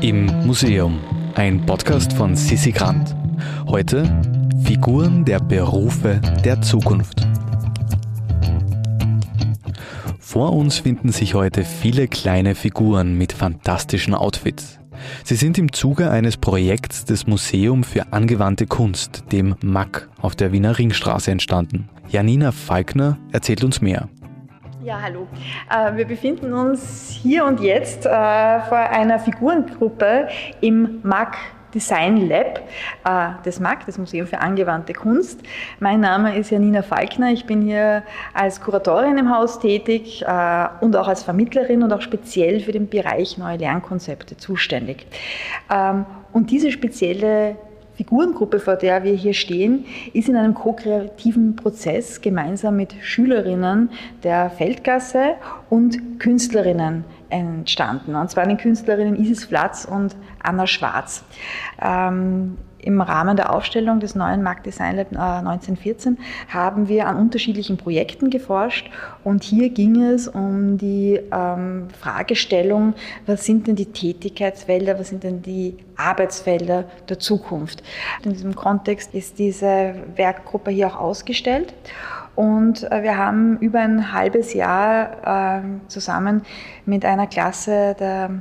Im Museum, ein Podcast von Sissi Grant. Heute Figuren der Berufe der Zukunft. Vor uns finden sich heute viele kleine Figuren mit fantastischen Outfits. Sie sind im Zuge eines Projekts des Museum für angewandte Kunst, dem MAK, auf der Wiener Ringstraße entstanden. Janina Falkner erzählt uns mehr. Ja, hallo. Wir befinden uns hier und jetzt vor einer Figurengruppe im MAK Design Lab des MAK, des Museum für angewandte Kunst. Mein Name ist Janina Falkner. Ich bin hier als Kuratorin im Haus tätig und auch als Vermittlerin und auch speziell für den Bereich neue Lernkonzepte zuständig. Und diese spezielle Figurengruppe, vor der wir hier stehen, ist in einem ko-kreativen Prozess gemeinsam mit Schülerinnen der Feldgasse und Künstlerinnen entstanden. Und zwar den Künstlerinnen Isis Flatz und Anna Schwarz. Im Rahmen der Aufstellung des neuen MAK Design Lab 1914 haben wir an unterschiedlichen Projekten geforscht und hier ging es um die Fragestellung, was sind denn die Tätigkeitsfelder, was sind denn die Arbeitsfelder der Zukunft. In diesem Kontext ist diese Werkgruppe hier auch ausgestellt. Und wir haben über ein halbes Jahr zusammen mit einer Klasse der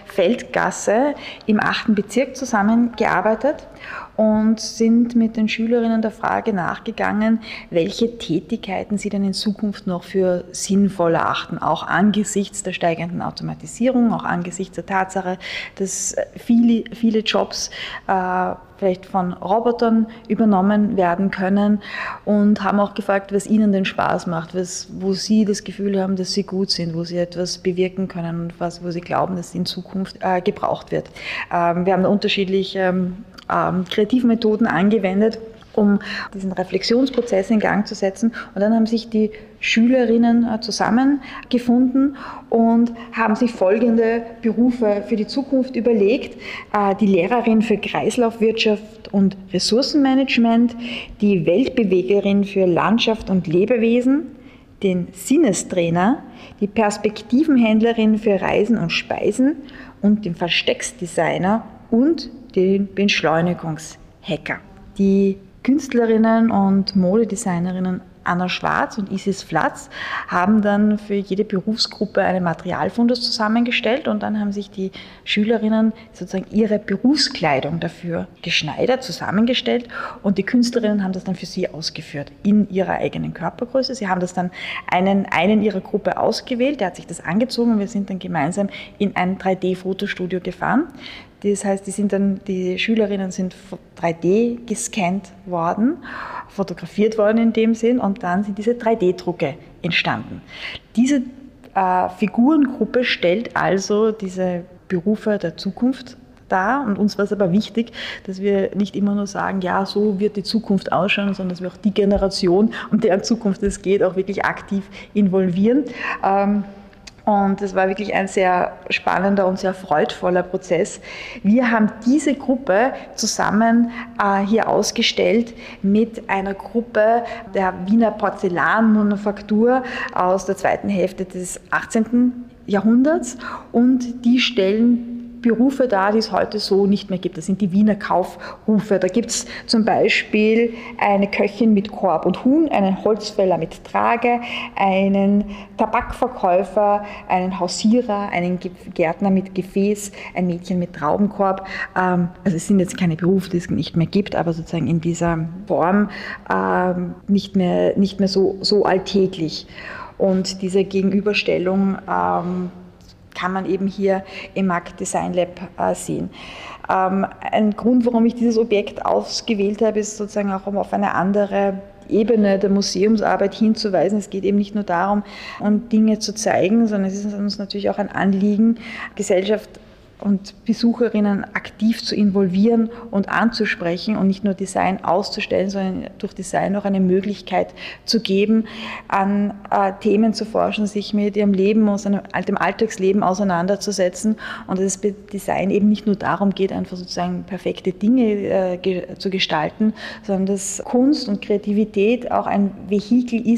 Feldgasse im 8. Bezirk zusammengearbeitet und sind mit den Schülerinnen der Frage nachgegangen, welche Tätigkeiten sie denn in Zukunft noch für sinnvoll erachten, auch angesichts der steigenden Automatisierung, auch angesichts der Tatsache, dass viele Jobs vielleicht von Robotern übernommen werden können, und haben auch gefragt, was ihnen denn Spaß macht, wo sie das Gefühl haben, dass sie gut sind, wo sie etwas bewirken können und wo sie glauben, dass sie in Zukunft gebraucht wird. Wir haben da unterschiedliche Kreativmethoden angewendet, um diesen Reflexionsprozess in Gang zu setzen. Und dann haben sich die Schülerinnen zusammengefunden und haben sich folgende Berufe für die Zukunft überlegt. Die Lehrerin für Kreislaufwirtschaft und Ressourcenmanagement, die Weltbewegerin für Landschaft und Lebewesen, den Sinnestrainer, die Perspektivenhändlerin für Reisen und Speisen und den Verstecksdesigner und den Beschleunigungshacker. Die Künstlerinnen und Modedesignerinnen Anna Schwarz und Isis Flatz haben dann für jede Berufsgruppe einen Materialfundus zusammengestellt und dann haben sich die Schülerinnen sozusagen ihre Berufskleidung dafür geschneidert, zusammengestellt, und die Künstlerinnen haben das dann für sie ausgeführt in ihrer eigenen Körpergröße. Sie haben das dann einen ihrer Gruppe ausgewählt, der hat sich das angezogen und wir sind dann gemeinsam in ein 3D-Fotostudio gefahren. Das heißt, die Schülerinnen sind 3D gescannt worden, fotografiert worden in dem Sinn, und dann sind diese 3D-Drucke entstanden. Diese Figurengruppe stellt also diese Berufe der Zukunft dar, und uns war es aber wichtig, dass wir nicht immer nur sagen, ja, so wird die Zukunft ausschauen, sondern dass wir auch die Generation, um deren Zukunft es geht, auch wirklich aktiv involvieren. Und es war wirklich ein sehr spannender und sehr freudvoller Prozess. Wir haben diese Gruppe zusammen hier ausgestellt mit einer Gruppe der Wiener Porzellanmanufaktur aus der zweiten Hälfte des 18. Jahrhunderts, und die stellen Berufe dar, die es heute so nicht mehr gibt. Das sind die Wiener Kaufrufe. Da gibt es zum Beispiel eine Köchin mit Korb und Huhn, einen Holzfäller mit Trage, einen Tabakverkäufer, einen Hausierer, einen Gärtner mit Gefäß, ein Mädchen mit Traubenkorb. Also es sind jetzt keine Berufe, die es nicht mehr gibt, aber sozusagen in dieser Form nicht mehr so alltäglich. Und diese Gegenüberstellung kann man eben hier im MAK Design Lab sehen. Ein Grund, warum ich dieses Objekt ausgewählt habe, ist sozusagen auch, um auf eine andere Ebene der Museumsarbeit hinzuweisen. Es geht eben nicht nur darum, Dinge zu zeigen, sondern es ist uns natürlich auch ein Anliegen, Gesellschaft und Besucherinnen aktiv zu involvieren und anzusprechen und nicht nur Design auszustellen, sondern durch Design auch eine Möglichkeit zu geben, an Themen zu forschen, sich mit ihrem Leben, dem Alltagsleben auseinanderzusetzen, und dass es bei Design eben nicht nur darum geht, einfach sozusagen perfekte Dinge zu gestalten, sondern dass Kunst und Kreativität auch ein Vehikel ist,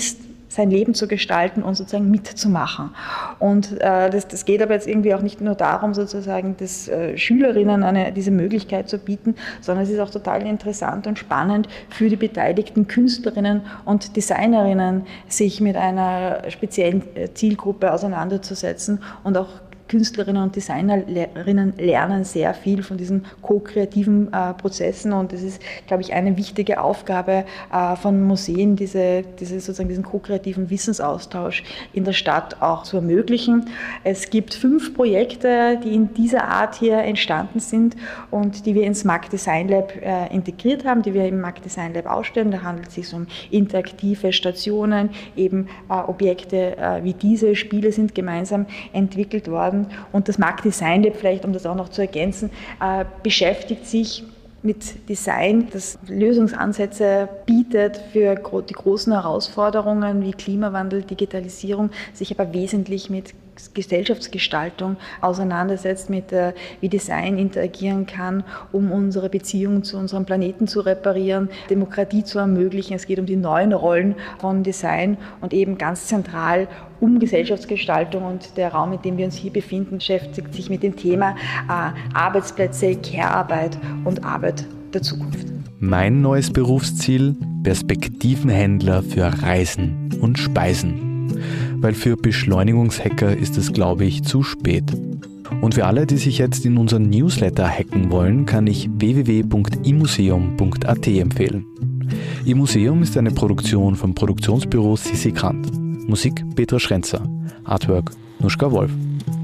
sein Leben zu gestalten und sozusagen mitzumachen. Und das geht aber jetzt irgendwie auch nicht nur darum, sozusagen Schülerinnen diese Möglichkeit zu bieten, sondern es ist auch total interessant und spannend für die beteiligten Künstlerinnen und Designerinnen, sich mit einer speziellen Zielgruppe auseinanderzusetzen, und auch Künstlerinnen und Designerinnen lernen sehr viel von diesen ko-kreativen Prozessen, und das ist, glaube ich, eine wichtige Aufgabe von Museen, diesen ko-kreativen Wissensaustausch in der Stadt auch zu ermöglichen. Es gibt 5 Projekte, die in dieser Art hier entstanden sind und die wir ins MAK Design Lab integriert haben, die wir im MAK Design Lab ausstellen. Da handelt es sich um interaktive Stationen, eben Objekte wie diese Spiele sind gemeinsam entwickelt worden. Und das MAK Design Lab, vielleicht um das auch noch zu ergänzen, beschäftigt sich mit Design, das Lösungsansätze bietet für die großen Herausforderungen wie Klimawandel, Digitalisierung, sich aber wesentlich mit Gesellschaftsgestaltung auseinandersetzt, wie Design interagieren kann, um unsere Beziehung zu unserem Planeten zu reparieren, Demokratie zu ermöglichen. Es geht um die neuen Rollen von Design und eben ganz zentral um Gesellschaftsgestaltung, und der Raum, in dem wir uns hier befinden, beschäftigt sich mit dem Thema Arbeitsplätze, Care-Arbeit und Arbeit der Zukunft. Mein neues Berufsziel: Perspektivenhändler für Reisen und Speisen. Weil für Beschleunigungshacker ist es, glaube ich, zu spät. Und für alle, die sich jetzt in unseren Newsletter hacken wollen, kann ich www.imuseum.at empfehlen. iMuseum ist eine Produktion vom Produktionsbüro Sissi Grant. Musik Petra Schrenzer. Artwork Nuschka Wolf.